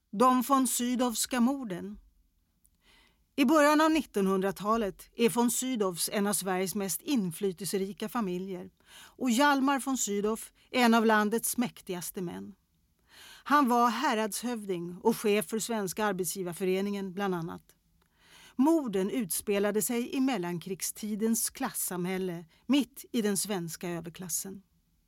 De von Sydowska morden. I början av 1900-talet är von Sydows en av Sveriges mest inflytelserika familjer och Hjalmar von Sydow är en av landets mäktigaste män. Han var häradshövding och chef för Svenska arbetsgivarföreningen bland annat. Morden utspelade sig i mellankrigstidens klassamhälle mitt i den svenska överklassen.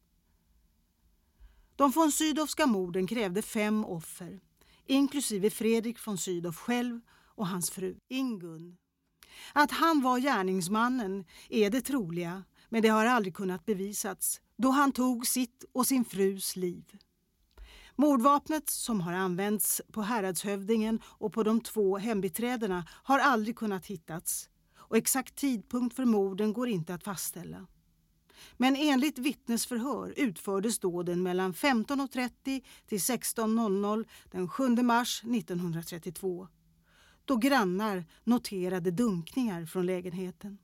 De von Sydowska morden krävde 5 offer, inklusive Fredrik von Sydow själv och hans fru Ingun. Att han var gärningsmannen är det troliga, men det har aldrig kunnat bevisats då han tog sitt och sin frus liv. Mordvapnet som har använts på häradshövdingen och på de 2 hembiträdena har aldrig kunnat hittats och exakt tidpunkt för morden går inte att fastställa. Men enligt vittnesförhör utfördes dåden mellan 15.30 till 16.00 den 7 mars 1932. Då grannar noterade dunkningar från lägenheten.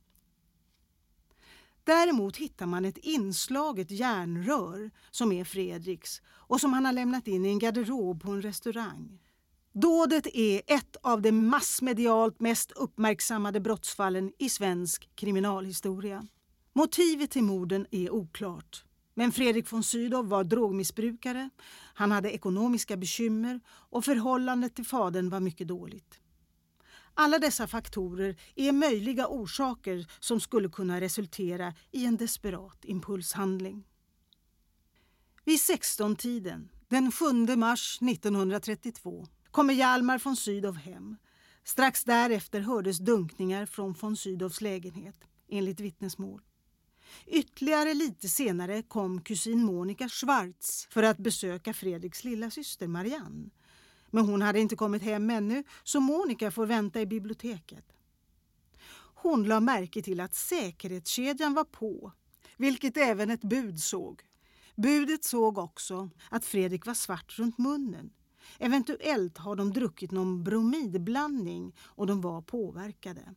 Däremot hittar man ett inslaget järnrör som är Fredriks och som han har lämnat in i en garderob på en restaurang. Dådet är ett av de massmedialt mest uppmärksammade brottsfallen i svensk kriminalhistoria. Motivet till morden är oklart. Men Fredrik von Sydow var drogmissbrukare, han hade ekonomiska bekymmer och förhållandet till fadern var mycket dåligt. Alla dessa faktorer är möjliga orsaker som skulle kunna resultera i en desperat impulshandling. Vid 16-tiden, den 7 mars 1932, kommer Hjalmar von Sydow hem. Strax därefter hördes dunkningar från von Sydows lägenhet, enligt vittnesmål. Ytterligare lite senare kom kusin Monica Schwarz för att besöka Fredriks lilla syster Marianne. Men hon hade inte kommit hem ännu så Monica får vänta i biblioteket. Hon la märke till att säkerhetskedjan var på, vilket även ett bud såg. Budet såg också att Fredrik var svart runt munnen. Eventuellt har de druckit någon bromidblandning och de var påverkade.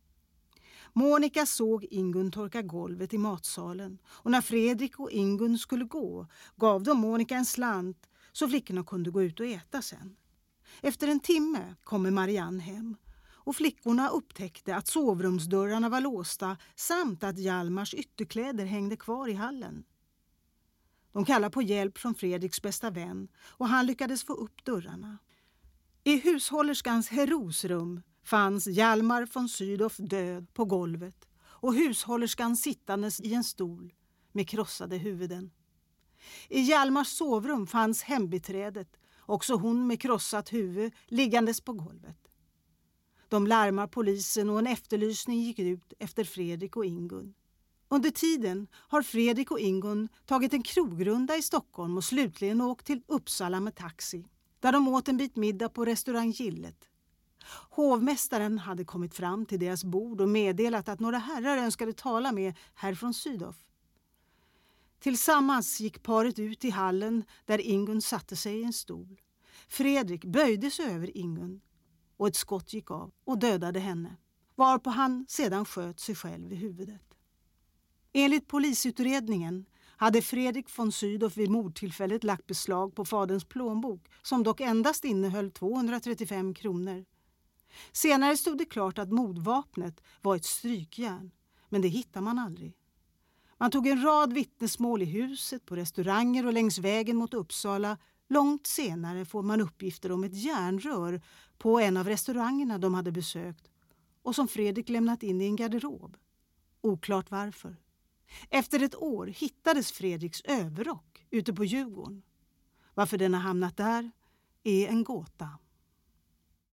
Monica såg Ingun torka golvet i matsalen och när Fredrik och Ingun skulle gå gav de Monica en slant så flickorna kunde gå ut och äta sen. Efter en timme kommer Marianne hem och flickorna upptäckte att sovrumsdörrarna var låsta samt att Hjalmars ytterkläder hängde kvar i hallen. De kallade på hjälp från Fredriks bästa vän och han lyckades få upp dörrarna. I hushållerskans Herosrum fanns Hjalmar von Sydow död på golvet och hushållerskan sittandes i en stol med krossade huvuden. I Hjalmars sovrum fanns hembiträdet, också hon med krossat huvud, liggandes på golvet. De larmar polisen och en efterlysning gick ut efter Fredrik och Ingun. Under tiden har Fredrik och Ingun tagit en krogrunda i Stockholm och slutligen åkt till Uppsala med taxi, där de åt en bit middag på restaurang Gillet. Hovmästaren hade kommit fram till deras bord och meddelat att några herrar önskade tala med herr von Sydow. Tillsammans gick paret ut i hallen där Ingun satte sig i en stol. Fredrik böjde sig över Ingun och ett skott gick av och dödade henne, varpå han sedan sköt sig själv i huvudet. Enligt polisutredningen hade Fredrik von Sydow vid mordtillfället lagt beslag på faderns plånbok som dock endast innehöll 235 kronor. Senare stod det klart att mordvapnet var ett strykjärn, men det hittar man aldrig. Man tog en rad vittnesmål i huset, på restauranger och längs vägen mot Uppsala. Långt senare får man uppgifter om ett järnrör på en av restaurangerna de hade besökt och som Fredrik lämnat in i en garderob. Oklart varför. Efter ett år hittades Fredriks överrock ute på Djurgården. Varför den har hamnat där är en gåta.